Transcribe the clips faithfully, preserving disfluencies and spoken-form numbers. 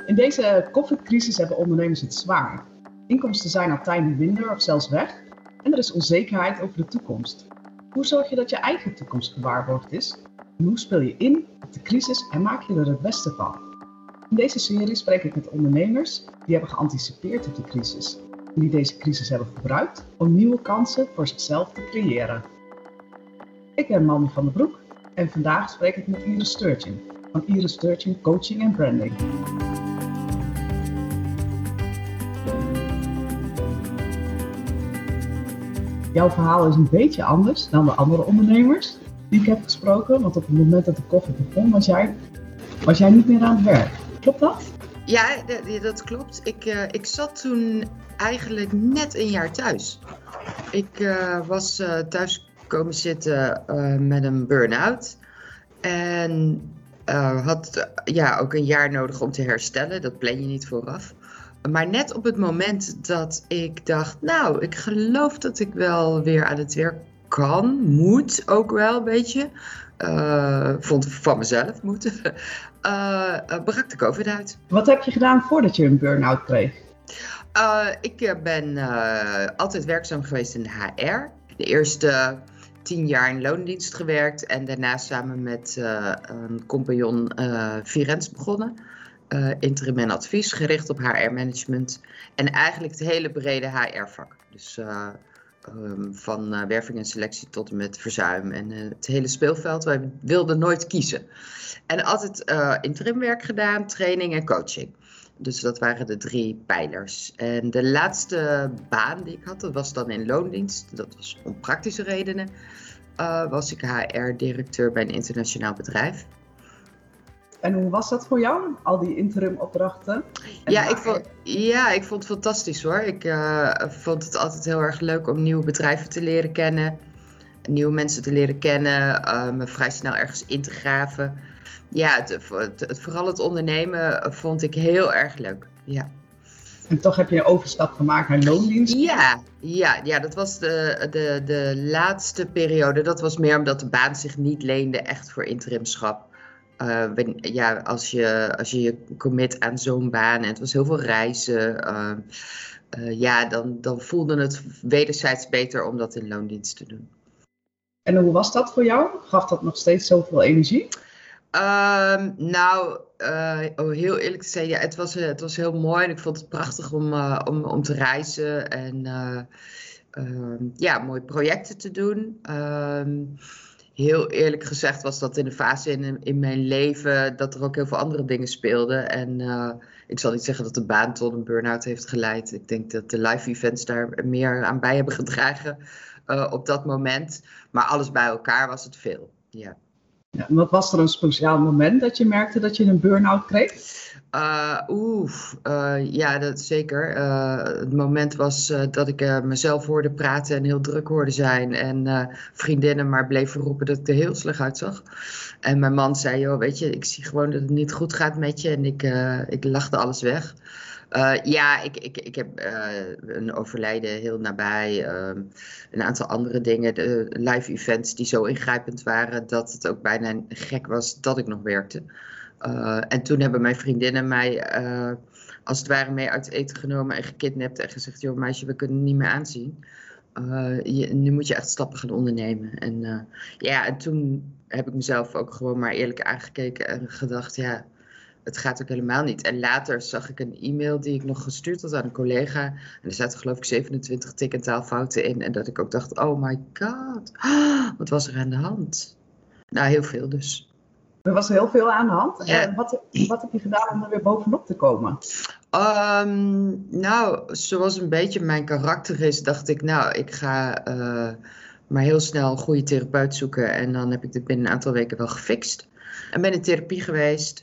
In deze COVID-crisis hebben ondernemers het zwaar. Inkomsten zijn al tijden minder of zelfs weg en er is onzekerheid over de toekomst. Hoe zorg je dat je eigen toekomst gewaarborgd is? En hoe speel je in op de crisis en maak je er het beste van? In deze serie spreek ik met ondernemers die hebben geanticipeerd op de crisis en die deze crisis hebben gebruikt om nieuwe kansen voor zichzelf te creëren. Ik ben Mandy van der Broek en vandaag spreek ik met Iris Sturgeon van Iris Sturgeon Coaching en Branding. Jouw verhaal is een beetje anders dan de andere ondernemers die ik heb gesproken, want op het moment dat de COVID begon was jij, was jij niet meer aan het werk. Klopt dat? Ja, dat, dat klopt. Ik, uh, ik zat toen eigenlijk net een jaar thuis. Ik uh, was uh, thuis komen zitten uh, met een burn-out en uh, had uh, ja, ook een jaar nodig om te herstellen. Dat plan je niet vooraf. Maar net op het moment dat ik dacht, nou, ik geloof dat ik wel weer aan het werk kan, moet ook wel een beetje. Uh, vond van mezelf moeten. Uh, uh, brak de COVID uit. Wat heb je gedaan voordat je een burn-out kreeg? Uh, ik ben uh, altijd werkzaam geweest in de H R. De eerste tien jaar in loondienst gewerkt en daarna samen met uh, een compagnon uh, Firenze begonnen. Uh, interim en advies, gericht op H R-management en eigenlijk het hele brede H R-vak. Dus uh, um, van uh, werving en selectie tot en met verzuim en uh, het hele speelveld. Wij wilden nooit kiezen. En altijd uh, interimwerk gedaan, training en coaching. Dus dat waren de drie pijlers. En de laatste baan die ik had, dat was dan in loondienst. Dat was om praktische redenen. Uh, was ik H R-directeur bij een internationaal bedrijf. En hoe was dat voor jou, al die interim opdrachten? Ja ik, vond, ja, ik vond het fantastisch hoor. Ik uh, vond het altijd heel erg leuk om nieuwe bedrijven te leren kennen. Nieuwe mensen te leren kennen. Uh, me vrij snel ergens in te graven. Ja, het, het, het, vooral het ondernemen vond ik heel erg leuk. Ja. En toch heb je een overstap gemaakt naar loondienst? Ja, ja, ja, dat was de, de, de laatste periode. Dat was meer omdat de baan zich niet leende echt voor interimschap. Uh, ja, als je, als je je commit aan zo'n baan en het was heel veel reizen, uh, uh, ja, dan, dan voelde het wederzijds beter om dat in loondienst te doen. En hoe was dat voor jou? Gaf dat nog steeds zoveel energie? Uh, nou, uh, oh, heel eerlijk te zeggen, ja, het was, uh, het was heel mooi en ik vond het prachtig om, uh, om, om te reizen en uh, uh, ja, mooie projecten te doen. Uh, Heel eerlijk gezegd was dat in de fase in, in mijn leven dat er ook heel veel andere dingen speelden. En uh, ik zal niet zeggen dat de baan tot een burn-out heeft geleid. Ik denk dat de live events daar meer aan bij hebben gedragen uh, op dat moment. Maar alles bij elkaar was het veel, ja. Ja, en wat was er een speciaal moment dat je merkte dat je een burn-out kreeg? Uh, Oeh, uh, ja, dat zeker. Uh, het moment was uh, dat ik uh, mezelf hoorde praten en heel druk hoorde zijn. En uh, vriendinnen maar bleven roepen dat ik er heel slecht uitzag. En mijn man zei, joh, weet je, ik zie gewoon dat het niet goed gaat met je. En ik, uh, ik lachte alles weg. Uh, ja, ik, ik, ik heb uh, een overlijden heel nabij. Uh, een aantal andere dingen. De live events die zo ingrijpend waren dat het ook bijna gek was dat ik nog werkte. Uh, en toen hebben mijn vriendinnen mij uh, als het ware mee uit eten genomen en gekidnapt en gezegd, joh meisje, we kunnen het niet meer aanzien. Uh, je, nu moet je echt stappen gaan ondernemen. En uh, ja, en toen heb ik mezelf ook gewoon maar eerlijk aangekeken en gedacht, ja, het gaat ook helemaal niet. En later zag ik een e-mail die ik nog gestuurd had aan een collega. En er zaten geloof ik zevenentwintig tik- en taalfouten in. En dat ik ook dacht, oh my god, wat was er aan de hand? Nou, heel veel dus. Er was heel veel aan de hand. Ja. En wat, wat heb je gedaan om er weer bovenop te komen? Um, nou, zoals een beetje mijn karakter is, dacht ik, nou, ik ga uh, maar heel snel een goede therapeut zoeken. En dan heb ik dit binnen een aantal weken wel gefixt. En ben in therapie geweest.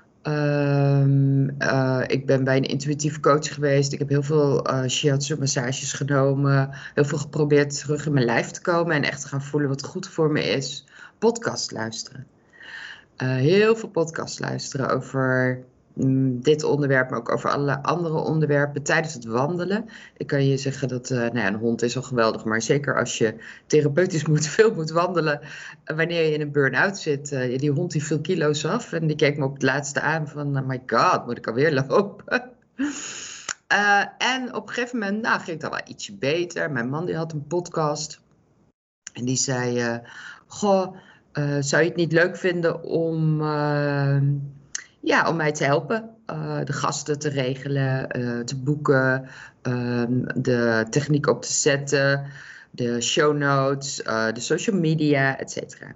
Um, uh, ik ben bij een intuïtief coach geweest. Ik heb heel veel uh, shiatsu massages genomen. Heel veel geprobeerd terug in mijn lijf te komen. En echt te gaan voelen wat goed voor me is. Podcast luisteren. Uh, heel veel podcasts luisteren over dit onderwerp, maar ook over allerlei andere onderwerpen tijdens het wandelen. Ik kan je zeggen dat uh, nou ja, een hond is al geweldig, maar zeker als je therapeutisch moet, veel moet wandelen, uh, wanneer je in een burn-out zit, uh, die hond die viel kilo's af en die keek me op het laatste aan van, oh my god, moet ik alweer lopen? uh, en op een gegeven moment, nou, ging het al wel ietsje beter. Mijn man die had een podcast en die zei, uh, goh, uh, zou je het niet leuk vinden om... Uh, Ja, om mij te helpen, uh, de gasten te regelen, uh, te boeken, uh, de techniek op te zetten, de show notes, uh, de social media, et cetera.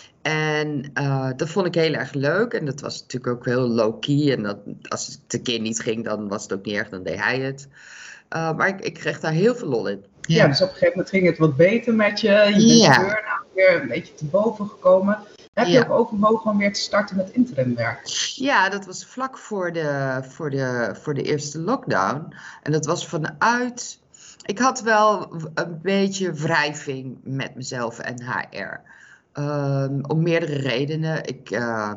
En uh, dat vond ik heel erg leuk en dat was natuurlijk ook heel low-key. En dat, als het een keer niet ging, dan was het ook niet erg, dan deed hij het. Uh, maar ik, ik kreeg daar heel veel lol in. Ja, ja, dus op een gegeven moment ging het wat beter met je. Je bent ja. de burn-out weer een beetje te boven gekomen. Heb je ja. ook overwogen om weer te starten met interimwerk? Ja, dat was vlak voor de, voor, de, voor de eerste lockdown. En dat was vanuit... Ik had wel een beetje wrijving met mezelf en H R. Um, om meerdere redenen. Ik, uh...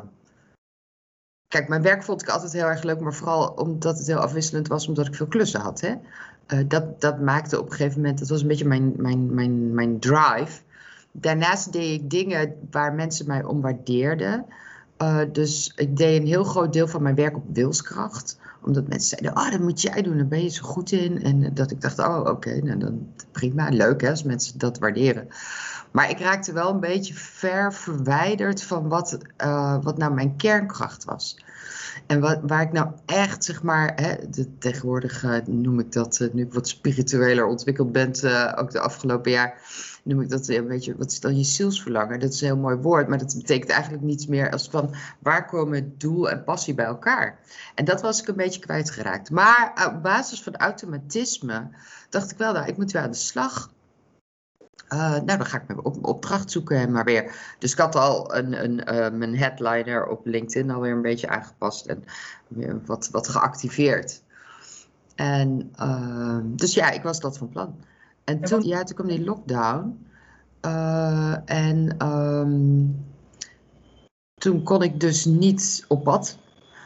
Kijk, mijn werk vond ik altijd heel erg leuk, maar vooral omdat het heel afwisselend was, omdat ik veel klussen had. Hè? Uh, dat, dat maakte op een gegeven moment... Dat was een beetje mijn, mijn, mijn, mijn drive... Daarnaast deed ik dingen waar mensen mij om waardeerden. Uh, dus ik deed een heel groot deel van mijn werk op wilskracht. Omdat mensen zeiden, oh, dat moet jij doen, daar ben je zo goed in. En dat ik dacht, oh, oké, okay, nou, dan prima, leuk hè, als mensen dat waarderen. Maar ik raakte wel een beetje ver verwijderd van wat, uh, wat nou mijn kernkracht was. En wat, waar ik nou echt, zeg maar, hè, de, tegenwoordig uh, noem ik dat, uh, nu ik wat spiritueler ontwikkeld ben, uh, ook de afgelopen jaar, noem ik dat een beetje, wat is dan je zielsverlangen? Dat is een heel mooi woord, maar dat betekent eigenlijk niets meer als van, waar komen doel en passie bij elkaar? En dat was ik een beetje kwijtgeraakt. Maar op basis van automatisme dacht ik wel, nou, ik moet weer aan de slag. Uh, nou, dan ga ik mijn op, opdracht zoeken en maar weer. Dus ik had al een, een, uh, mijn headliner op LinkedIn alweer een beetje aangepast en weer wat, wat geactiveerd. En uh, dus ja, ik was dat van plan. En toen, ja, toen kwam die lockdown. Uh, en um, toen kon ik dus niet op pad.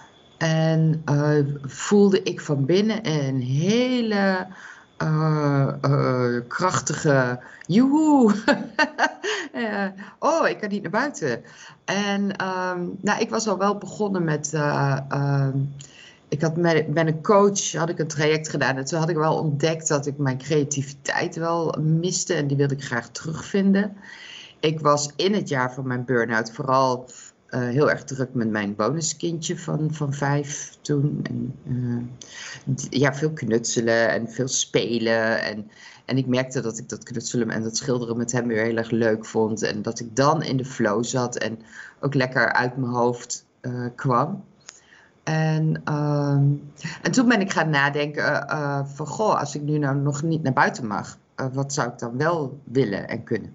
En uh, voelde ik van binnen een hele... Uh, uh, krachtige, joehoe, uh, oh, ik kan niet naar buiten. En um, nou, ik was al wel begonnen met, uh, uh, ik had met, met een coach had ik een traject gedaan en toen had ik wel ontdekt dat ik mijn creativiteit wel miste en die wilde ik graag terugvinden. Ik was in het jaar van mijn burn-out vooral uh, heel erg druk met mijn bonuskindje van, van vijf toen. En, uh, ja, veel knutselen en veel spelen. En, en ik merkte dat ik dat knutselen en dat schilderen met hem weer heel erg leuk vond. En dat ik dan in de flow zat en ook lekker uit mijn hoofd uh, kwam. En, uh, en toen ben ik gaan nadenken uh, uh, van, goh, als ik nu nou nog niet naar buiten mag, uh, wat zou ik dan wel willen en kunnen?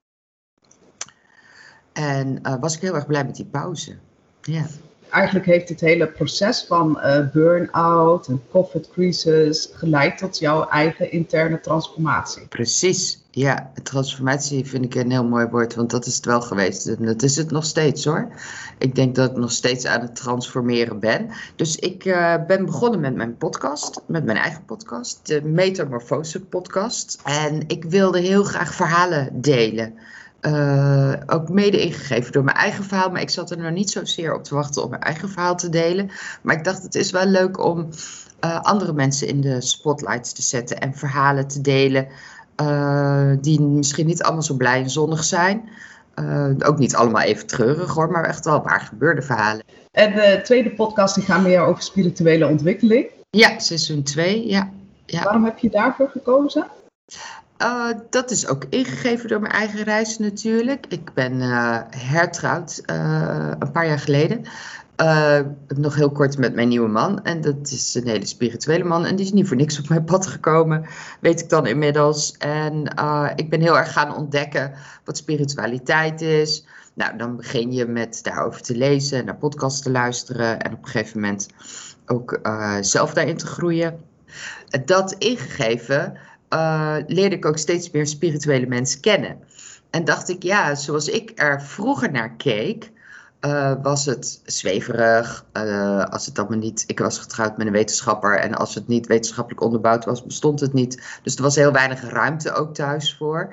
En uh, was ik heel erg blij met die pauze. Ja. Eigenlijk heeft het hele proces van uh, burn-out en COVID crisis geleid tot jouw eigen interne transformatie. Precies, ja. Transformatie vind ik een heel mooi woord, want dat is het wel geweest. En dat is het nog steeds hoor. Ik denk dat ik nog steeds aan het transformeren ben. Dus ik uh, ben begonnen met mijn podcast, met mijn eigen podcast, de Metamorfose podcast. En ik wilde heel graag verhalen delen. Uh, ook mede ingegeven door mijn eigen verhaal, maar ik zat er nog niet zozeer op te wachten om mijn eigen verhaal te delen. Maar ik dacht, het is wel leuk om uh, andere mensen in de spotlights te zetten en verhalen te delen uh, die misschien niet allemaal zo blij en zonnig zijn. Uh, ook niet allemaal even treurig hoor, maar echt wel waar gebeurde verhalen. En de tweede podcast die gaat meer over spirituele ontwikkeling. Ja, seizoen twee, ja, ja. Waarom heb je daarvoor gekozen? Uh, dat is ook ingegeven door mijn eigen reis natuurlijk. Ik ben uh, hertrouwd uh, een paar jaar geleden. Uh, nog heel kort met mijn nieuwe man. En dat is een hele spirituele man. En die is niet voor niks op mijn pad gekomen. Weet ik dan inmiddels. En uh, ik ben heel erg gaan ontdekken wat spiritualiteit is. Nou, dan begin je met daarover te lezen. Naar podcasts te luisteren. En op een gegeven moment ook uh, zelf daarin te groeien. Dat ingegeven... Uh, leerde ik ook steeds meer spirituele mensen kennen. En dacht ik, ja, zoals ik er vroeger naar keek, uh, was het zweverig. Uh, als het allemaal niet, ik was getrouwd met een wetenschapper en als het niet wetenschappelijk onderbouwd was, bestond het niet. Dus er was heel weinig ruimte ook thuis voor.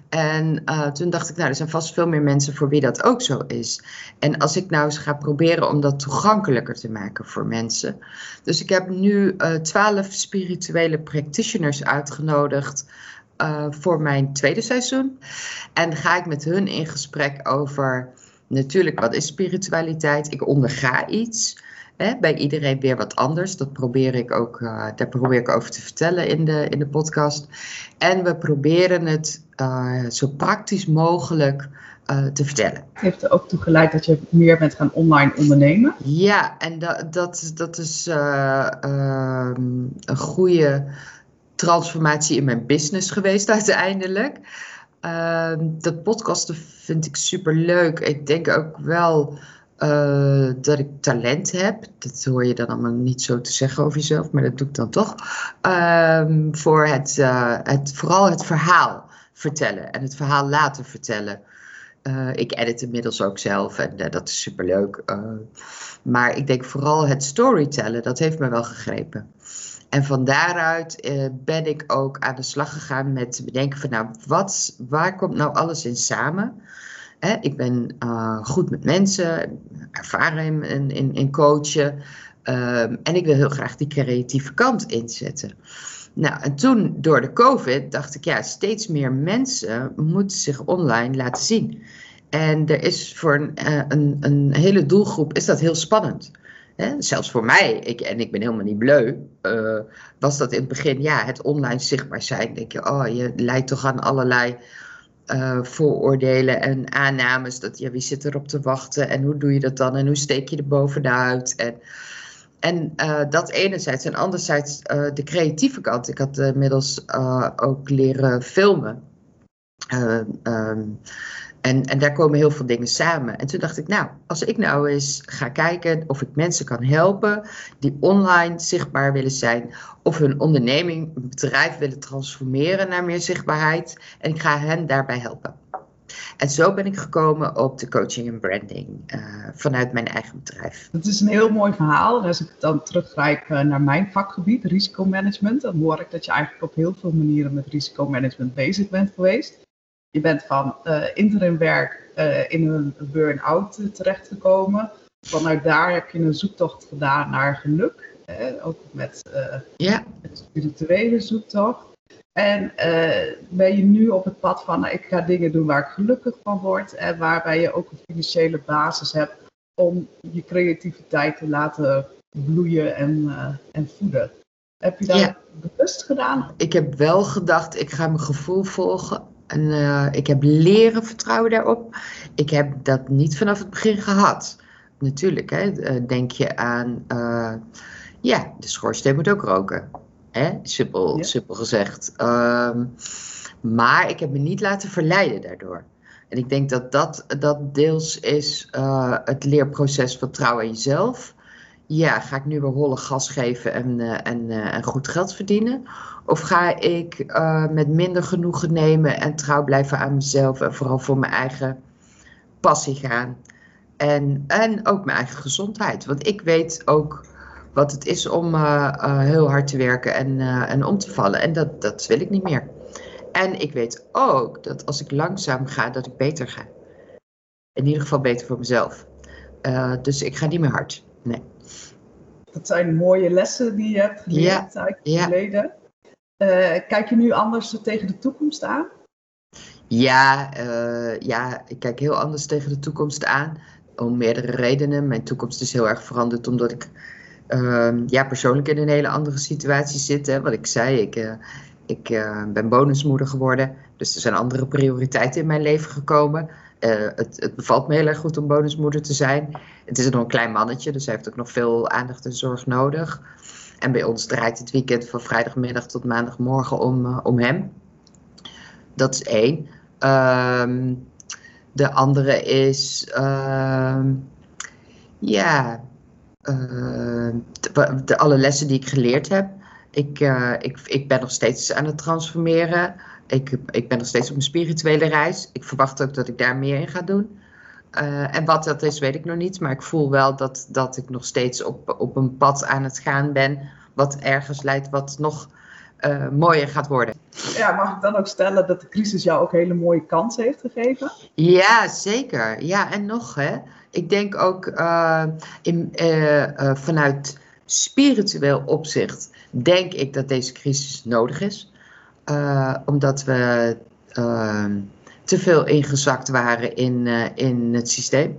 En uh, toen dacht ik, nou, er zijn vast veel meer mensen voor wie dat ook zo is. En als ik nou eens ga proberen om dat toegankelijker te maken voor mensen. Dus ik heb nu twaalf uh, spirituele practitioners uitgenodigd uh, voor mijn tweede seizoen. En ga ik met hun in gesprek over, natuurlijk, wat is spiritualiteit? Ik onderga iets. Hè, bij iedereen weer wat anders. Dat probeer ik ook, uh, daar probeer ik over te vertellen in de, in de podcast. En we proberen het uh, zo praktisch mogelijk uh, te vertellen. Het heeft er ook toe geleid dat je meer bent gaan online ondernemen. Ja, en dat, dat, dat is uh, uh, een goede transformatie in mijn business geweest uiteindelijk. Uh, dat podcasten vind ik super leuk. Ik denk ook wel uh, dat ik talent heb. Dat hoor je dan allemaal niet zo te zeggen over jezelf, maar dat doe ik dan toch. Uh, voor het, uh, het, vooral het verhaal vertellen en het verhaal laten vertellen. Uh, ik edit inmiddels ook zelf en uh, dat is super leuk. Uh, maar ik denk vooral het storytellen, dat heeft me wel gegrepen. En van daaruit uh, ben ik ook aan de slag gegaan met bedenken van nou, wat, waar komt nou alles in samen? Hè, ik ben uh, goed met mensen, ervaren in, in, in coachen. Um, en ik wil heel graag die creatieve kant inzetten. Nou, en toen door de COVID dacht ik, ja, steeds meer mensen moeten zich online laten zien. En er is voor een, uh, een, een hele doelgroep is dat heel spannend. Hè? Zelfs voor mij, ik, en ik ben helemaal niet bleu, uh, was dat in het begin, ja, het online zichtbaar zijn. Denk je, oh, je leidt toch aan allerlei uh, vooroordelen en aannames. Dat, ja, wie zit erop te wachten en hoe doe je dat dan en hoe steek je er bovenuit? En, en uh, dat enerzijds en anderzijds uh, de creatieve kant. Ik had uh, inmiddels uh, ook leren filmen. Uh, um, En, en daar komen heel veel dingen samen. En toen dacht ik, nou, als ik nou eens ga kijken of ik mensen kan helpen die online zichtbaar willen zijn, of hun onderneming, een bedrijf willen transformeren naar meer zichtbaarheid. En ik ga hen daarbij helpen. En zo ben ik gekomen op de coaching en branding uh, vanuit mijn eigen bedrijf. Het is een heel mooi verhaal. En als ik dan terugkijk uh, naar mijn vakgebied, risicomanagement, dan hoor ik dat je eigenlijk op heel veel manieren met risicomanagement bezig bent geweest. Je bent van uh, interimwerk uh, in een burn-out uh, terechtgekomen. Vanuit daar heb je een zoektocht gedaan naar geluk. Uh, ook met uh, ja. een spirituele zoektocht. En uh, ben je nu op het pad van, nou, ik ga dingen doen waar ik gelukkig van word. En waarbij je ook een financiële basis hebt om je creativiteit te laten bloeien en, uh, en voeden. Heb je dat ja. bewust gedaan? Ik heb wel gedacht, ik ga mijn gevoel volgen. En uh, ik heb leren vertrouwen daarop. Ik heb dat niet vanaf het begin gehad. Natuurlijk, hè, denk je aan, uh, ja, de schoorsteen moet ook roken. Hè? Simpel, ja. simpel gezegd. Um, maar ik heb me niet laten verleiden daardoor. En ik denk dat dat, dat deels is uh, het leerproces vertrouwen in jezelf. Ja, ga ik nu weer holle gas geven en, uh, en, uh, en goed geld verdienen? Of ga ik uh, met minder genoegen nemen en trouw blijven aan mezelf en vooral voor mijn eigen passie gaan? En, en ook mijn eigen gezondheid. Want ik weet ook wat het is om uh, uh, heel hard te werken en, uh, en om te vallen. En dat, dat wil ik niet meer. En ik weet ook dat als ik langzaam ga, dat ik beter ga. In ieder geval beter voor mezelf. Uh, dus ik ga niet meer hard. Nee. Dat zijn mooie lessen die je hebt geleerd ja, uit het ja. verleden. Uh, kijk je nu anders tegen de toekomst aan? Ja, uh, ja, ik kijk heel anders tegen de toekomst aan. Om meerdere redenen. Mijn toekomst is heel erg veranderd omdat ik uh, ja, persoonlijk in een hele andere situatie zit. Hè. Wat ik zei, ik, uh, ik uh, ben bonusmoeder geworden. Dus er zijn andere prioriteiten in mijn leven gekomen. Uh, het, het bevalt me heel erg goed om bonusmoeder te zijn. Het is nog een klein mannetje, dus hij heeft ook nog veel aandacht en zorg nodig. En bij ons draait het weekend van vrijdagmiddag tot maandagmorgen om, uh, om hem. Dat is één. Um, de andere is, uh, ja, uh, de, de, alle lessen die ik geleerd heb. Ik, uh, ik, ik ben nog steeds aan het transformeren. Ik, ik ben nog steeds op mijn spirituele reis. Ik verwacht ook dat ik daar meer in ga doen. Uh, en wat dat is, weet ik nog niet. Maar ik voel wel dat, dat ik nog steeds op, op een pad aan het gaan ben. Wat ergens leidt, wat nog uh, mooier gaat worden. Ja, mag ik dan ook stellen dat de crisis jou ook hele mooie kansen heeft gegeven? Ja, zeker. Ja, en nog, hè. Ik denk ook uh, in, uh, uh, vanuit spiritueel opzicht denk ik dat deze crisis nodig is. Uh, omdat we uh, te veel ingezakt waren in, uh, in het systeem.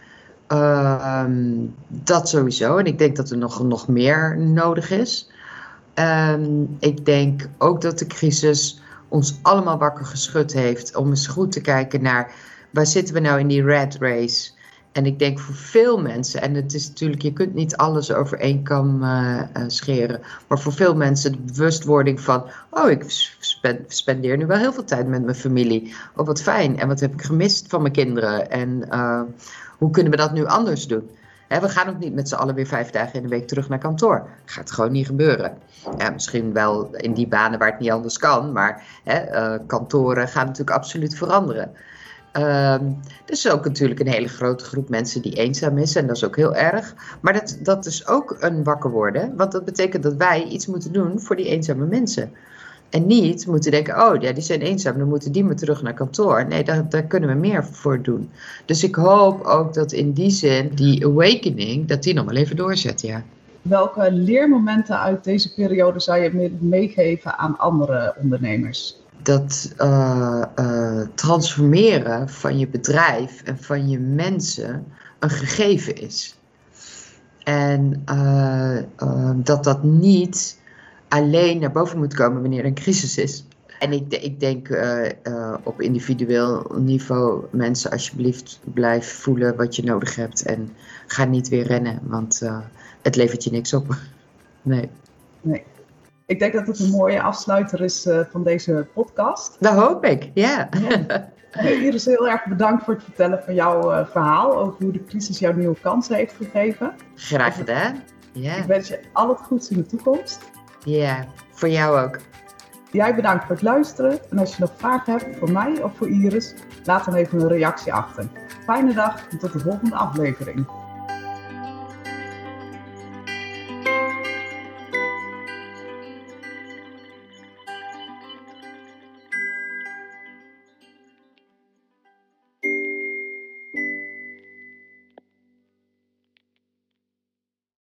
Uh, dat sowieso. En ik denk dat er nog, nog meer nodig is. Um, ik denk ook dat de crisis ons allemaal wakker geschud heeft om eens goed te kijken naar waar zitten we nou in die rat race. En ik denk voor veel mensen, en het is natuurlijk, je kunt niet alles over één kam uh, uh, scheren, maar voor veel mensen de bewustwording van, oh, ik spendeer nu wel heel veel tijd met mijn familie. Oh, wat fijn. En wat heb ik gemist van mijn kinderen? En uh, hoe kunnen we dat nu anders doen? He, we gaan ook niet met z'n allen weer vijf dagen in de week terug naar kantoor. Gaat gewoon niet gebeuren. Ja, misschien wel in die banen waar het niet anders kan, maar he, uh, kantoren gaan natuurlijk absoluut veranderen. Uh, er is ook natuurlijk een hele grote groep mensen die eenzaam is en dat is ook heel erg. Maar dat, dat is ook een wakker worden, want dat betekent dat wij iets moeten doen voor die eenzame mensen. En niet moeten denken, oh ja, die zijn eenzaam, dan moeten die maar terug naar kantoor. Nee, daar, daar kunnen we meer voor doen. Dus ik hoop ook dat in die zin, die awakening, dat die nog wel even doorzet, ja. Welke leermomenten uit deze periode zou je meegeven aan andere ondernemers? Dat uh, uh, transformeren van je bedrijf en van je mensen een gegeven is. En uh, uh, dat dat niet alleen naar boven moet komen wanneer er een crisis is. En ik, ik denk uh, uh, op individueel niveau, mensen alsjeblieft blijf voelen wat je nodig hebt. En ga niet weer rennen, want uh, het levert je niks op. Nee. Nee. Ik denk dat het een mooie afsluiter is uh, van deze podcast. Dat hoop ik, ja. ja. Iris, heel erg bedankt voor het vertellen van jouw uh, verhaal over hoe de crisis jou nieuwe kansen heeft gegeven. Graag gedaan. Ja. Ik wens je al het goeds in de toekomst. Ja, voor jou ook. Jij bedankt voor het luisteren. En als je nog vragen hebt voor mij of voor Iris, laat dan even een reactie achter. Fijne dag en tot de volgende aflevering.